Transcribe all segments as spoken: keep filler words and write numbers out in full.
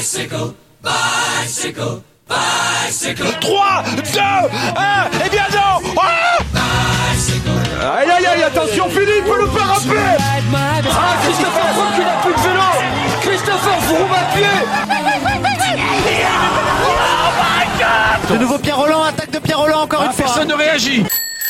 Bicycle, bicycle, bicycle. trois, deux, un, et bien non. Ah aïe aïe aïe, attention Philippe, le faire rappeler. Ah, Christopher Froome qui n'a plus de vélo. Christopher Froome à pied. Oh my God. De nouveau Pierre Rolland, attaque de Pierre Rolland encore ah, une fois. Personne ne réagit.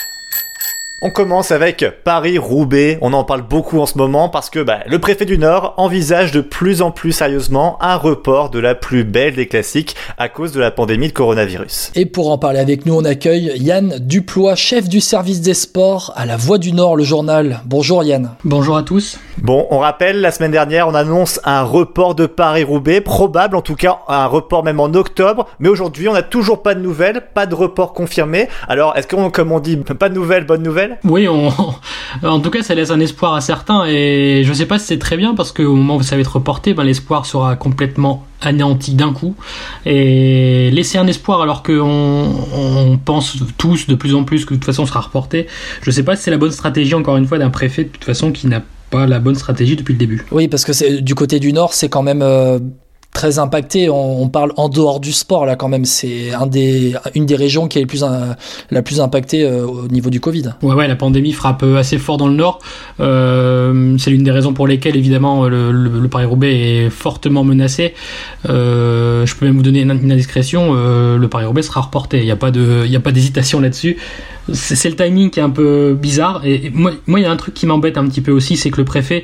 On commence avec Paris-Roubaix. On en parle beaucoup en ce moment parce que bah, le préfet du Nord envisage de plus en plus sérieusement un report de la plus belle des classiques à cause de la pandémie de coronavirus. Et pour en parler avec nous, on accueille Yann Duplois, chef du service des sports à La Voix du Nord, le journal. Bonjour Yann. Bonjour à tous. Bon, on rappelle, la semaine dernière, on annonce un report de Paris-Roubaix, probable en tout cas, un report même en octobre, mais aujourd'hui, on n'a toujours pas de nouvelles, pas de report confirmé. Alors, est-ce qu'on, comme on dit, pas de nouvelles, bonne nouvelle ? Oui, on... en tout cas, ça laisse un espoir à certains, et je sais pas si c'est très bien, parce qu'au moment où ça va être reporté, ben, l'espoir sera complètement anéanti d'un coup, et laisser un espoir alors qu'on on pense tous de plus en plus que de toute façon sera reporté, je sais pas si c'est la bonne stratégie, encore une fois, d'un préfet de toute façon qui n'a pas la bonne stratégie depuis le début. Oui, parce que c'est, du côté du Nord, c'est quand même euh, très impacté. On, on parle en dehors du sport, là, quand même. C'est un des, une des régions qui est le plus, un, la plus impactée euh, au niveau du Covid. Ouais, ouais, la pandémie frappe assez fort dans le Nord. Euh, c'est l'une des raisons pour lesquelles, évidemment, le, le, le Paris-Roubaix est fortement menacé. Euh, je peux même vous donner une, une indiscrétion. Euh, le Paris-Roubaix sera reporté. Il n'y a pas de, il n'y a pas d'hésitation là-dessus. C'est, c'est le timing qui est un peu bizarre. Et, et moi, moi, il y a un truc qui m'embête un petit peu aussi, c'est que le préfet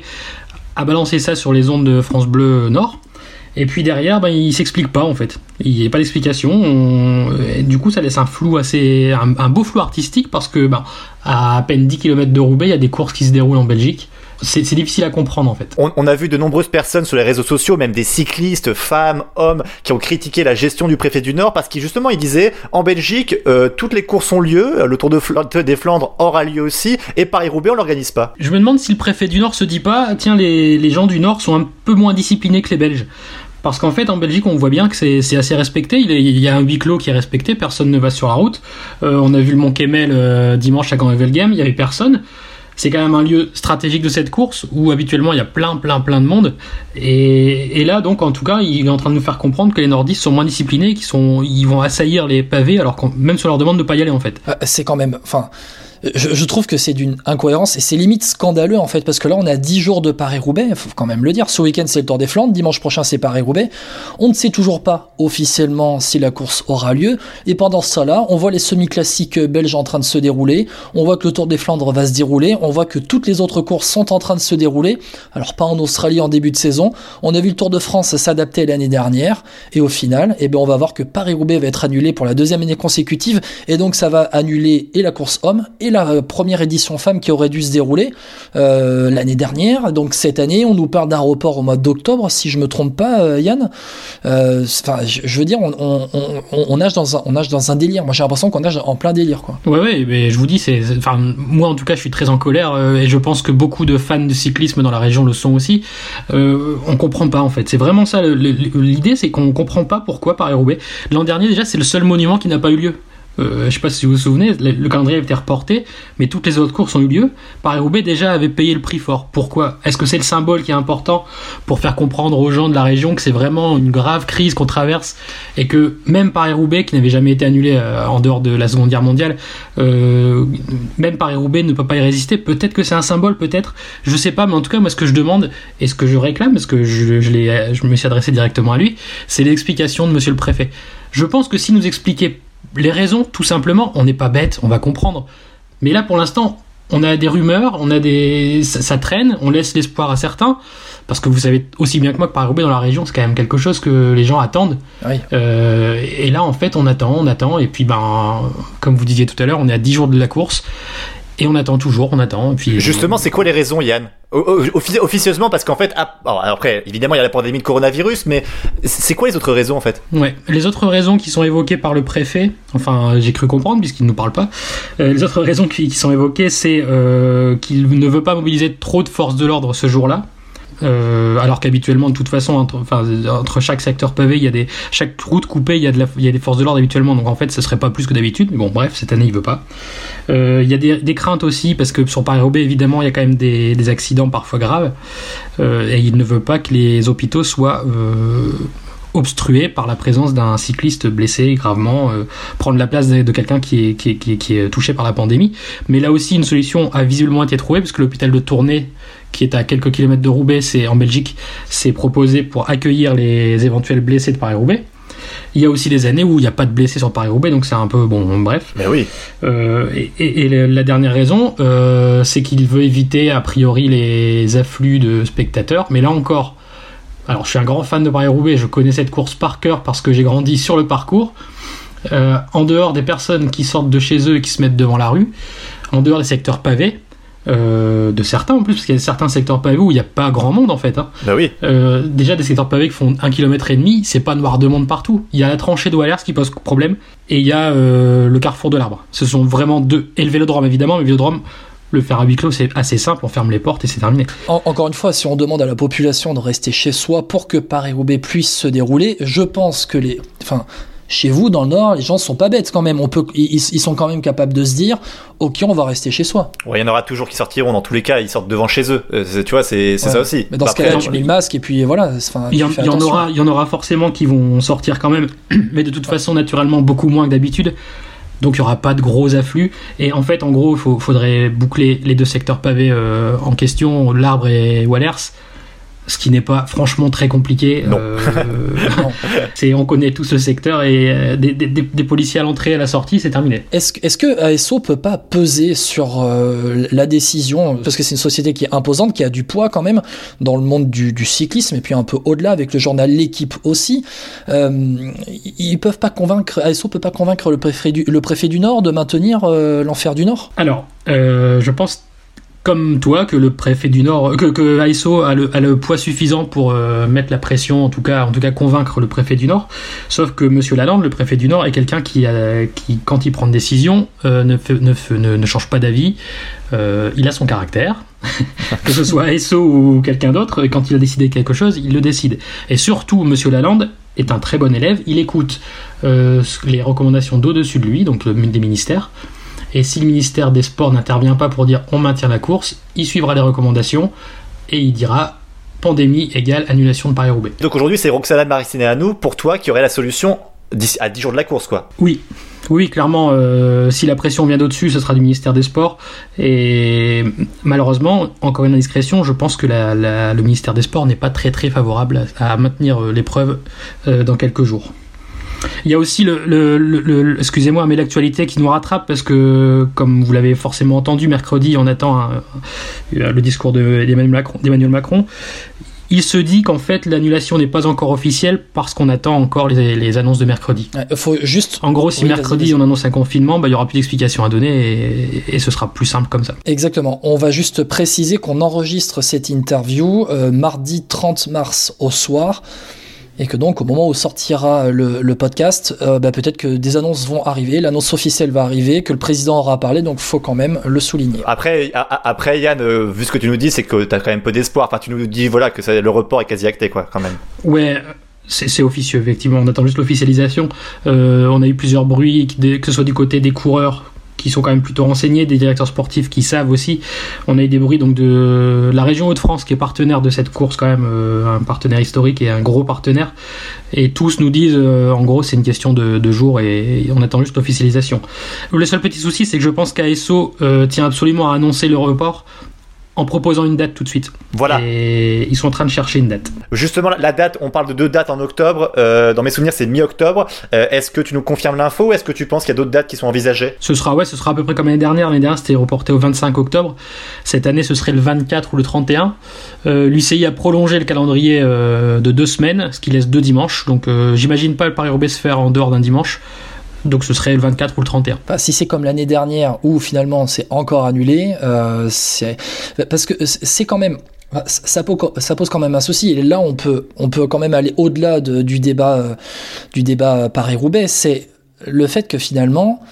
a balancé ça sur les ondes de France Bleu Nord. Et puis derrière, ben, il s'explique pas en fait. Il n'y a pas d'explication. On... Du coup, ça laisse un flou assez, un, un beau flou artistique parce que, ben, à à peine dix kilomètres de Roubaix, il y a des courses qui se déroulent en Belgique. C'est, c'est difficile à comprendre en fait. On, on a vu de nombreuses personnes sur les réseaux sociaux, même des cyclistes, femmes, hommes, qui ont critiqué la gestion du préfet du Nord parce qu'il justement il disait en Belgique euh, toutes les courses ont lieu, le Tour de Fl- des Flandres aura lieu aussi et Paris-Roubaix on l'organise pas. Je me demande si le préfet du Nord se dit pas tiens les, les gens du Nord sont un peu moins disciplinés que les Belges. Parce qu'en fait, en Belgique, on voit bien que c'est, c'est assez respecté. Il, est, il y a un huis clos qui est respecté, personne ne va sur la route. Euh, on a vu le Mont Kemmel euh, dimanche à Gand-Wevelgem, il y avait personne. C'est quand même un lieu stratégique de cette course où habituellement il y a plein, plein, plein de monde. Et, et là, donc, en tout cas, il est en train de nous faire comprendre que les nordistes sont moins disciplinés, qu'ils sont, ils vont assaillir les pavés, alors qu'on, même sur leur demande de pas y aller, en fait. Euh, c'est quand même, enfin. Je, je trouve que c'est d'une incohérence et c'est limite scandaleux en fait parce que là on a dix jours de Paris-Roubaix, il faut quand même le dire. Ce week-end c'est le Tour des Flandres, dimanche prochain c'est Paris-Roubaix. On ne sait toujours pas officiellement si la course aura lieu et pendant ce temps-là on voit les semi-classiques belges en train de se dérouler, on voit que le Tour des Flandres va se dérouler, on voit que toutes les autres courses sont en train de se dérouler. Alors pas en Australie en début de saison, on a vu le Tour de France s'adapter l'année dernière et au final eh ben, on va voir que Paris-Roubaix va être annulé pour la deuxième année consécutive et donc ça va annuler et la course homme et la première édition femme qui aurait dû se dérouler euh, l'année dernière. Donc cette année, on nous parle d'un report au mois d'octobre, si je me trompe pas, euh, Yann. Enfin, euh, je, je veux dire, on, on, on, on, nage dans un, on nage dans un délire. Moi, j'ai l'impression qu'on nage en plein délire, quoi. Ouais, ouais. Mais je vous dis, c'est, enfin, moi en tout cas, je suis très en colère euh, et je pense que beaucoup de fans de cyclisme dans la région le sont aussi. Euh, on comprend pas en fait. C'est vraiment ça. Le, le, l'idée, c'est qu'on comprend pas pourquoi Paris-Roubaix. L'an dernier, déjà, c'est le seul monument qui n'a pas eu lieu. Euh, je sais pas si vous vous souvenez, le, le calendrier a été reporté, mais toutes les autres courses ont eu lieu. Paris-Roubaix déjà avait payé le prix fort. Pourquoi ? Est-ce que c'est le symbole qui est important pour faire comprendre aux gens de la région que c'est vraiment une grave crise qu'on traverse et que même Paris-Roubaix, qui n'avait jamais été annulé euh, en dehors de la Seconde Guerre mondiale, euh, même Paris-Roubaix ne peut pas y résister. Peut-être que c'est un symbole, peut-être, je sais pas, mais en tout cas moi ce que je demande et ce que je réclame, parce que je, je, l'ai, je me suis adressé directement à lui, c'est l'explication de monsieur le préfet. Je pense que si nous expliquait les raisons, tout simplement, on n'est pas bête, on va comprendre. Mais là, pour l'instant, on a des rumeurs, on a des, ça, ça traîne, on laisse l'espoir à certains, parce que vous savez aussi bien que moi que Paris-Roubaix dans la région, c'est quand même quelque chose que les gens attendent. Oui. Euh, et là, en fait, on attend, on attend, et puis, ben, comme vous disiez tout à l'heure, on est à dix jours de la course. Et on attend toujours, on attend. Et puis justement, c'est quoi les raisons, Yann ? Offic- officieusement, parce qu'en fait, après, évidemment, il y a la pandémie de coronavirus, mais c'est quoi les autres raisons, en fait ? Ouais, les autres raisons qui sont évoquées par le préfet, enfin, j'ai cru comprendre, puisqu'il ne nous parle pas, euh, les autres raisons qui, qui sont évoquées, c'est euh, qu'il ne veut pas mobiliser trop de forces de l'ordre ce jour-là. Euh, alors qu'habituellement, de toute façon, entre, enfin, entre chaque secteur pavé, il y a des, chaque route coupée, il y a de la, il y a des forces de l'ordre habituellement, donc en fait, ce serait pas plus que d'habitude. Mais bon, bref, cette année, il veut pas. Euh, il y a des, des craintes aussi, parce que sur Paris-Roubaix, évidemment, il y a quand même des, des accidents parfois graves, euh, et il ne veut pas que les hôpitaux soient euh, obstrué par la présence d'un cycliste blessé gravement, euh, prendre la place de, de quelqu'un qui est, qui, est, qui, est, qui est touché par la pandémie. Mais là aussi, une solution a visiblement été trouvée, parce que l'hôpital de Tournai, qui est à quelques kilomètres de Roubaix, c'est en Belgique, s'est proposé pour accueillir les éventuels blessés de Paris-Roubaix. Il y a aussi des années où il n'y a pas de blessés sur Paris-Roubaix, donc c'est un peu bon, bref. Mais oui. Euh, et, et, et la dernière raison, euh, c'est qu'il veut éviter a priori les afflux de spectateurs. Mais là encore, alors je suis un grand fan de Paris-Roubaix, je connais cette course par cœur parce que j'ai grandi sur le parcours. Euh, en dehors des personnes qui sortent de chez eux et qui se mettent devant la rue, en dehors des secteurs pavés, Euh, de certains en plus, parce qu'il y a certains secteurs pavés où il n'y a pas grand monde en fait. Hein. Bah oui. Euh, déjà des secteurs pavés qui font un kilomètre et demi, c'est pas noir de monde partout. Il y a la tranchée de Wallers qui pose problème, et il y a euh, le carrefour de l'Arbre. Ce sont vraiment deux, et le Vélodrome évidemment, mais le Vélodrome, le faire à huis clos, c'est assez simple, on ferme les portes et c'est terminé. En, encore une fois, si on demande à la population de rester chez soi pour que Paris-Roubaix puisse se dérouler, je pense que les, enfin. Chez vous, dans le Nord, les gens sont pas bêtes quand même. On peut, ils, ils sont quand même capables de se dire, ok, on va rester chez soi. Ouais, il y en aura toujours qui sortiront. Dans tous les cas, ils sortent devant chez eux. Euh, c'est, tu vois, c'est, c'est ouais. ça aussi. Mais dans bah ce cas-là, tu mets le masque et puis voilà. Il y, en, y en aura, il y en aura forcément qui vont sortir quand même, mais de toute ouais. façon, naturellement, beaucoup moins que d'habitude. Donc il n'y aura pas de gros afflux. Et en fait, en gros, il faudrait boucler les deux secteurs pavés euh, en question, l'Arbre et Wallers. Ce qui n'est pas franchement très compliqué. Non. Euh, non. C'est, on connaît tout ce secteur et euh, des, des, des policiers à l'entrée et à la sortie, c'est terminé. Est-ce, est-ce que A S O peut pas peser sur euh, la décision, parce que c'est une société qui est imposante, qui a du poids quand même dans le monde du, du cyclisme et puis un peu au-delà avec le journal L'Équipe aussi. Euh, ils peuvent pas convaincre, A S O peut pas convaincre le préfet du, le préfet du Nord de maintenir euh, l'enfer du Nord. Alors, euh, je pense. Comme toi, que le préfet du Nord, que, que A S O a le, a le poids suffisant pour euh, mettre la pression, en tout cas, en tout cas convaincre le préfet du Nord. Sauf que Monsieur Lalande, le préfet du Nord, est quelqu'un qui, a, qui quand il prend une décision, euh, ne, fait, ne, ne, ne change pas d'avis. Euh, il a son caractère, que ce soit A S O ou quelqu'un d'autre. Quand il a décidé quelque chose, il le décide. Et surtout, Monsieur Lalande est un très bon élève. Il écoute euh, les recommandations d'au-dessus de lui, donc le, des ministères. Et si le ministère des Sports n'intervient pas pour dire on maintient la course, il suivra les recommandations et il dira pandémie égale annulation de Paris-Roubaix. Donc aujourd'hui, c'est Roxana Maracineanu, pour toi, qui aurait la solution à dix jours de la course, quoi. Oui. Oui, clairement, euh, si la pression vient d'au-dessus, ce sera du ministère des Sports. Et malheureusement, encore une indiscrétion, je pense que la, la, le ministère des Sports n'est pas très très favorable à, à maintenir l'épreuve euh, dans quelques jours. Il y a aussi le, le, le, le excusez-moi, mais l'actualité qui nous rattrape parce que, comme vous l'avez forcément entendu, mercredi, on attend un, le discours de, d'Emmanuel Macron, d'Emmanuel Macron. Il se dit qu'en fait, l'annulation n'est pas encore officielle parce qu'on attend encore les, les annonces de mercredi. Ouais, faut juste... En gros, si oui, mercredi, vas-y, vas-y. on annonce un confinement, bah, il n'y aura plus d'explications à donner et, et ce sera plus simple comme ça. Exactement. On va juste préciser qu'on enregistre cette interview euh, mardi trente mars au soir. Et que donc, au moment où sortira le, le podcast, euh, bah, peut-être que des annonces vont arriver, l'annonce officielle va arriver, que le président aura parlé, donc il faut quand même le souligner. Après, a, après Yann, euh, vu ce que tu nous dis, c'est que tu as quand même peu d'espoir. Enfin, tu nous dis voilà, que ça, le report est quasi acté, quoi, quand même. Ouais, c'est, c'est officieux, effectivement. On attend juste l'officialisation. Euh, on a eu plusieurs bruits, que ce soit du côté des coureurs, qui sont quand même plutôt renseignés, des directeurs sportifs qui savent aussi. On a eu des bruits donc de la région Hauts-de-France qui est partenaire de cette course quand même, euh, un partenaire historique et un gros partenaire. Et tous nous disent, euh, en gros, c'est une question de, de jours et, et on attend juste l'officialisation. Le seul petit souci, c'est que je pense qu'A S O euh, tient absolument à annoncer le report en proposant une date tout de suite. Voilà. Et ils sont en train de chercher une date. Justement, la date, on parle de deux dates en octobre. Euh, dans mes souvenirs, c'est mi-octobre. Euh, est-ce que tu nous confirmes l'info ou est-ce que tu penses qu'il y a d'autres dates qui sont envisagées ? Ce sera, ouais, ce sera à peu près comme l'année dernière. L'année dernière, c'était reporté au vingt-cinq octobre. Cette année, ce serait le vingt-quatre ou le trente et un. Euh, L'U C I a prolongé le calendrier euh, de deux semaines, ce qui laisse deux dimanches. Donc, euh, j'imagine pas le Paris-Roubaix se faire en dehors d'un dimanche. Donc ce serait le vingt-quatre ou le trente et un. Bah, si c'est comme l'année dernière où finalement c'est encore annulé, euh, c'est... parce que c'est quand même... Ça pose, ça pose quand même un souci. Et là, on peut, on peut quand même aller au-delà de, du débat, euh, du débat Paris-Roubaix. C'est le fait que finalement,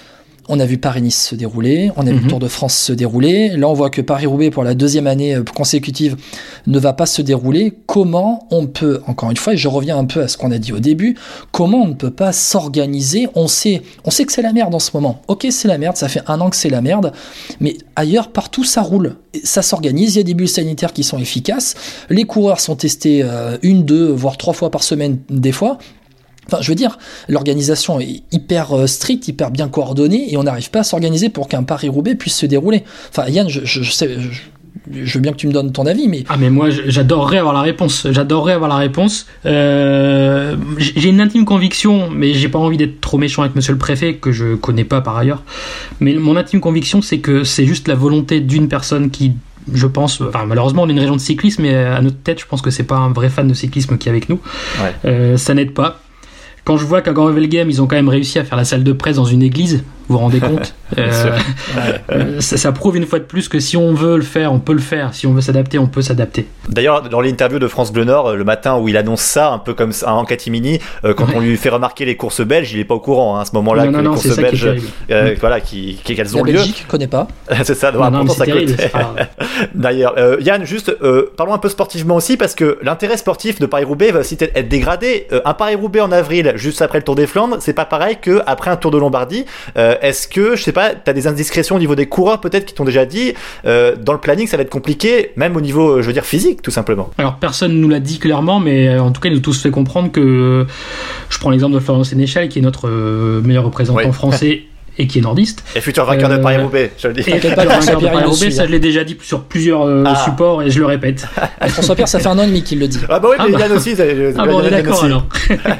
On a vu Paris-Nice se dérouler, on a Mm-hmm. vu le Tour de France se dérouler. Là, on voit que Paris-Roubaix, pour la deuxième année consécutive, ne va pas se dérouler. Comment on peut, encore une fois, et je reviens un peu à ce qu'on a dit au début, comment on ne peut pas s'organiser? On sait, on sait que c'est la merde en ce moment. Ok, c'est la merde, ça fait un an que c'est la merde, mais ailleurs, partout, ça roule. Ça s'organise, il y a des bulles sanitaires qui sont efficaces. Les coureurs sont testés euh, une, deux, voire trois fois par semaine des fois. Enfin, je veux dire, l'organisation est hyper euh, stricte, hyper bien coordonnée, et on n'arrive pas à s'organiser pour qu'un Paris-Roubaix puisse se dérouler. Enfin, Yann, je, je, je sais, je, je veux bien que tu me donnes ton avis, mais... Ah mais moi j'adorerais avoir la réponse, j'adorerais avoir la réponse. Euh, j'ai une intime conviction, mais j'ai pas envie d'être trop méchant avec monsieur le préfet, que je connais pas par ailleurs. Mais mon intime conviction, c'est que c'est juste la volonté d'une personne qui... Je pense, enfin malheureusement on est une région de cyclisme, mais à notre tête je pense que c'est pas un vrai fan de cyclisme qui est avec nous. Ouais. Euh, ça n'aide pas. Quand je vois qu'à Gore-Wevelgem ils ont quand même réussi à faire la salle de presse dans une église, vous vous rendez compte, euh, euh, ça, ça prouve une fois de plus que si on veut le faire, on peut le faire. Si on veut s'adapter, on peut s'adapter. D'ailleurs, dans l'interview de France Bleu Nord, le matin où il annonce ça, un peu comme ça en catimini, euh, quand Ouais. on lui fait remarquer les courses belges, il est pas au courant hein, à ce moment-là Non, que non, les non, courses c'est ça qui est belges, terrible. euh, Mm. voilà, qui, qui qu'elles La ont lieu. Belgique, connais pas. C'est ça. Non, Non, non, mais pourtant, c'est ça terrible, coûte. c'est pas grave. D'ailleurs, euh, Yann, juste euh, parlons un peu sportivement aussi parce que l'intérêt sportif de Paris-Roubaix va aussi être dégradé. Euh, un Paris-Roubaix en avril, juste après le Tour des Flandres, c'est pas pareil que après un Tour de Lombardie. Euh, est-ce que, je sais pas, t'as des indiscrétions au niveau des coureurs peut-être qui t'ont déjà dit euh, dans le planning ça va être compliqué, même au niveau, je veux dire, physique, tout simplement. Alors personne nous l'a dit clairement, mais euh, en tout cas il nous tous fait comprendre que euh, je prends l'exemple de Florent Sénéchal qui est notre euh, meilleur représentant Ouais. français et qui est nordiste. Et futur vainqueur Euh, de Paris-Roubaix, je le dis. Et T'inquiète pas, le François vainqueur de Pierre, il le Paris-Roubaix, suit, ça hein. je l'ai déjà dit sur plusieurs euh, Ah. supports et je le répète. François Pierre, ça fait un an et demi qu'il le dit. Ah bah oui, mais Ah bah. Yann aussi. ça- je- Ah bon, on est Yann d'accord aussi. alors.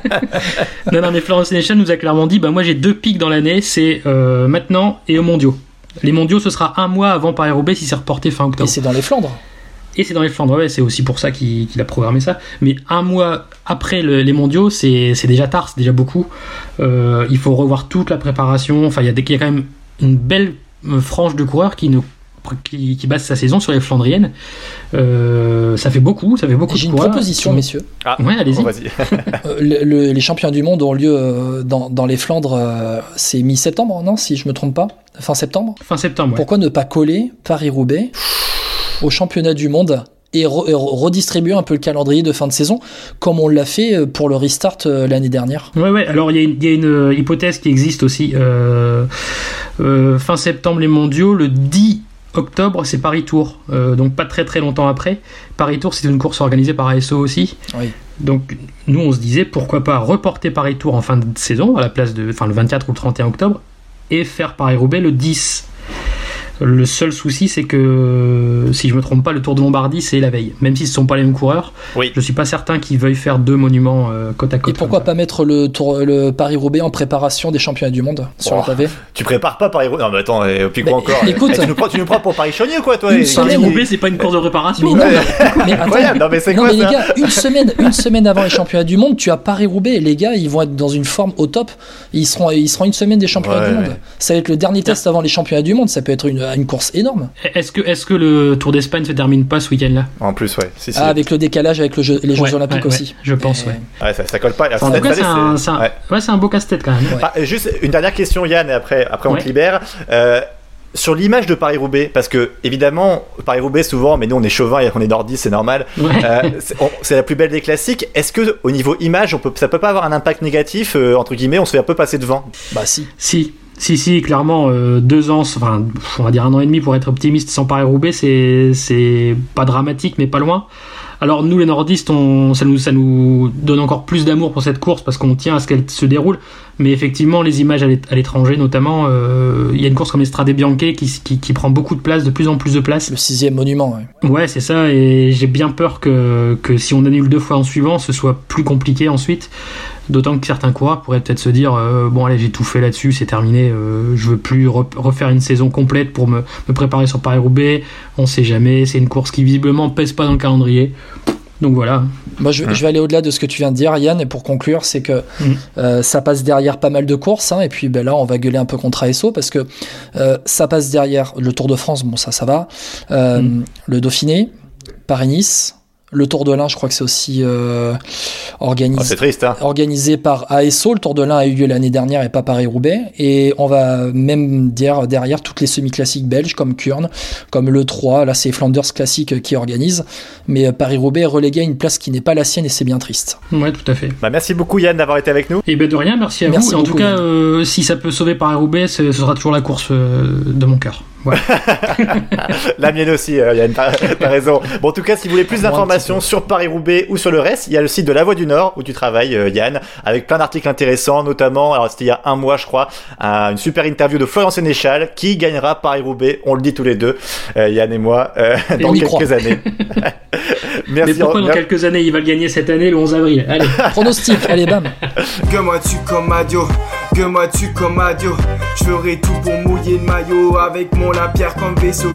non, non, mais Florent Sénéchal nous a clairement dit, bah moi j'ai deux pics dans l'année, c'est euh, maintenant et aux mondiaux. Les mondiaux, ce sera un mois avant Paris-Roubaix si c'est reporté fin Et octobre. c'est dans les Flandres. Et c'est dans les Flandres, ouais, c'est aussi pour ça qu'il qu'il a programmé ça. Mais un mois après le- les mondiaux, c'est c'est déjà tard, c'est déjà beaucoup. Euh, il faut revoir toute la préparation. Enfin, il y, a des- il y a quand même une belle euh, frange de coureurs qui, ne, qui, qui base sa saison sur les Flandriennes. Euh, ça fait beaucoup, ça fait beaucoup J'ai de une coureurs. proposition, Qui- messieurs. Ah, Ouais, allez-y. bon, vas-y. Euh, le- le- les championnats du monde ont lieu euh, dans, dans les Flandres, euh, c'est mi-septembre, non, si je me trompe pas, fin septembre. Fin septembre, ouais. Pourquoi ne pas coller Paris-Roubaix au championnat du monde et, re- et re- redistribuer un peu le calendrier de fin de saison, comme on l'a fait euh, pour le restart euh, l'année dernière? Ouais, ouais, alors il y, a une- il y a une euh, hypothèse qui existe aussi. Euh, euh, fin septembre, les mondiaux, le dix octobre, c'est Paris-Tour. Euh, donc pas très très longtemps après. Paris-Tour, c'est une course organisée par A S O aussi. Oui. Donc nous, on se disait pourquoi pas reporter Paris-Tour en fin de saison, à la place de, enfin, le vingt-quatre ou le trente et un octobre, et faire Paris-Roubaix le dix. Le seul souci, c'est que, si je me trompe pas, le Tour de Lombardie, c'est la veille. Même si ce ne sont pas les mêmes coureurs, Oui. je suis pas certain qu'ils veuillent faire deux monuments euh, côte à côte. Et pourquoi comme ça. pas mettre le, tour, le Paris-Roubaix en préparation des championnats du monde sur Oh. le pavé? Tu prépares pas Paris-Roubaix. Non, mais attends, et puis quoi Mais, encore écoute. Eh, tu, nous prends, tu nous prends pour Paris-Chaudier, quoi, toi Une et- semaine. Paris-Roubaix, c'est pas une course de préparation. Mais non, mais, mais attends, Incroyable. Non, mais c'est non, quoi mais ça les gars, une semaine, une semaine avant les championnats du monde, tu as Paris-Roubaix et les gars, ils vont être dans une forme au top. Ils seront, ils seront une semaine des championnats Ouais, du monde. ouais. Ça va être le dernier test avant les championnats du monde. Ça peut être une, une course énorme. Est-ce que, est-ce que le Tour d'Espagne se termine pas ce week-end-là? En plus, ouais. Si, si. Ah, avec le décalage avec le jeu- les Jeux Ouais, Olympiques ouais, aussi. ouais, je pense, Et- ouais. Ouais, ça, ça colle pas. Enfin, en Cette tout cas, année, c'est un, c'est- c'est un- ouais. ouais, c'est un beau casse-tête quand même. Ouais. Ah, et juste une dernière question, Yann, et après, après on Ouais. te libère. Euh, sur l'image de Paris-Roubaix, parce que évidemment, Paris-Roubaix, souvent, mais nous on est chauvin et on est nordiste, c'est normal. Ouais. Euh, c'est, on- c'est la plus belle des classiques. Est-ce que au niveau image, on peut, ça peut pas avoir un impact négatif, euh, entre guillemets, on se fait un peu passer devant? Bah si. Si, si, si, clairement, euh, deux ans, enfin, on va dire un an et demi pour être optimiste sans Paris-Roubaix, c'est, c'est pas dramatique, mais pas loin. Alors nous, les nordistes, on, ça, nous, ça nous donne encore plus d'amour pour cette course parce qu'on tient à ce qu'elle se déroule. Mais effectivement, les images à l'é- à l'étranger, notamment, euh, il y a une course comme l'Estrade Bianche qui, qui, qui prend beaucoup de place, de plus en plus de place. Le sixième monument. Ouais. Ouais, c'est ça, et j'ai bien peur que, que si on annule deux fois en suivant, ce soit plus compliqué ensuite. D'autant que certains coureurs pourraient peut-être se dire euh, bon, allez, j'ai tout fait là-dessus, c'est terminé, euh, je veux plus re- refaire une saison complète pour me, me préparer sur Paris-Roubaix. On sait jamais, c'est une course qui visiblement pèse pas dans le calendrier. Donc voilà. Moi, je, je vais aller au-delà de ce que tu viens de dire, Yann, et pour conclure, c'est que Mm. euh, ça passe derrière pas mal de courses, hein, et puis ben, là, on va gueuler un peu contre A S O, parce que euh, ça passe derrière le Tour de France, bon, ça, ça va, euh, Mm. le Dauphiné, Paris-Nice, Le Tour de l'Ain, je crois que c'est aussi euh, organisé, oh, c'est triste, hein. organisé par A S O. Le Tour de l'Ain a eu lieu l'année dernière et pas Paris-Roubaix. Et on va même dire derrière toutes les semi-classiques belges comme Kuurne, comme l'E trois. Là, c'est Flanders Classique qui organise. Mais Paris-Roubaix est relégué à une place qui n'est pas la sienne et c'est bien triste. Ouais, tout à fait. Bah, merci beaucoup Yann d'avoir été avec nous. Et ben de rien, merci à merci vous. En beaucoup, tout cas, euh, si ça peut sauver Paris-Roubaix, ce sera toujours la course euh, de mon cœur. Voilà. La mienne aussi, euh, Yann, t'as, t'as raison. Bon, en tout cas, si vous voulez plus d'informations sur Paris-Roubaix ou sur le reste, il y a le site de La Voix du Nord où tu travailles, euh, Yann, avec plein d'articles intéressants, notamment, alors c'était il y a un mois, je crois, un, une super interview de Florian Sénéchal qui gagnera Paris-Roubaix, on le dit tous les deux, euh, Yann et moi, euh, et dans quelques croit. années. Merci. Mais pourquoi dans quelques années il va le gagner cette année, le onze avril? Allez. Pronostic, allez, bam. Que moi tu comme Adio, que moi tu comme Adio. Je ferai tout pour mouiller le maillot avec mon la pierre comme vaisseau.